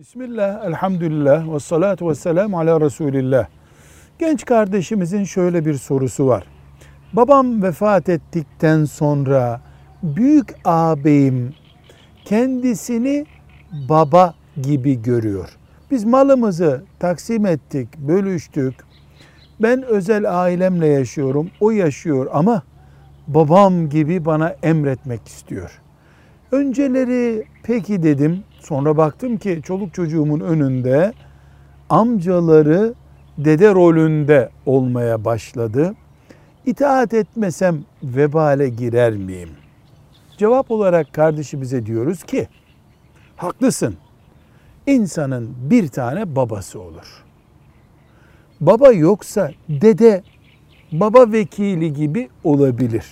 Bismillah, elhamdülillah, ve salatu ve selamu ala Resulillah. Genç kardeşimizin şöyle bir sorusu var. Babam vefat ettikten sonra büyük ağabeyim kendisini baba gibi görüyor. Biz malımızı taksim ettik, bölüştük. Ben özel ailemle yaşıyorum, o yaşıyor ama babam gibi bana emretmek istiyor. Önceleri peki dedim. Sonra baktım ki çoluk çocuğumun önünde amcaları dede rolünde olmaya başladı. İtaat etmesem vebale girer miyim? Cevap olarak kardeşimize diyoruz ki, haklısın. İnsanın bir tane babası olur. Baba yoksa dede, baba vekili gibi olabilir.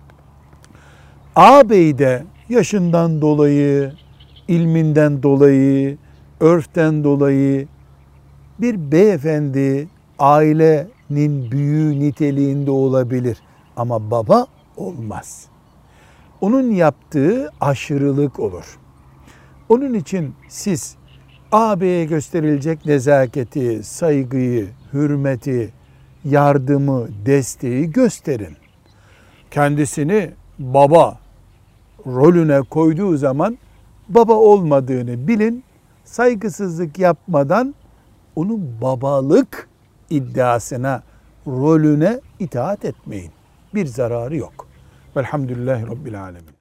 Ağabey de yaşından dolayı, ilminden dolayı, örften dolayı bir beyefendi, ailenin büyüğü niteliğinde olabilir. Ama baba olmaz. Onun yaptığı aşırılık olur. Onun için siz ağabeye gösterilecek nezaketi, saygıyı, hürmeti, yardımı, desteği gösterin. Kendisini baba rolüne koyduğu zaman baba olmadığını bilin, saygısızlık yapmadan onun babalık iddiasına, rolüne itaat etmeyin. Bir zararı yok. Velhamdülillahi Rabbil Alemin.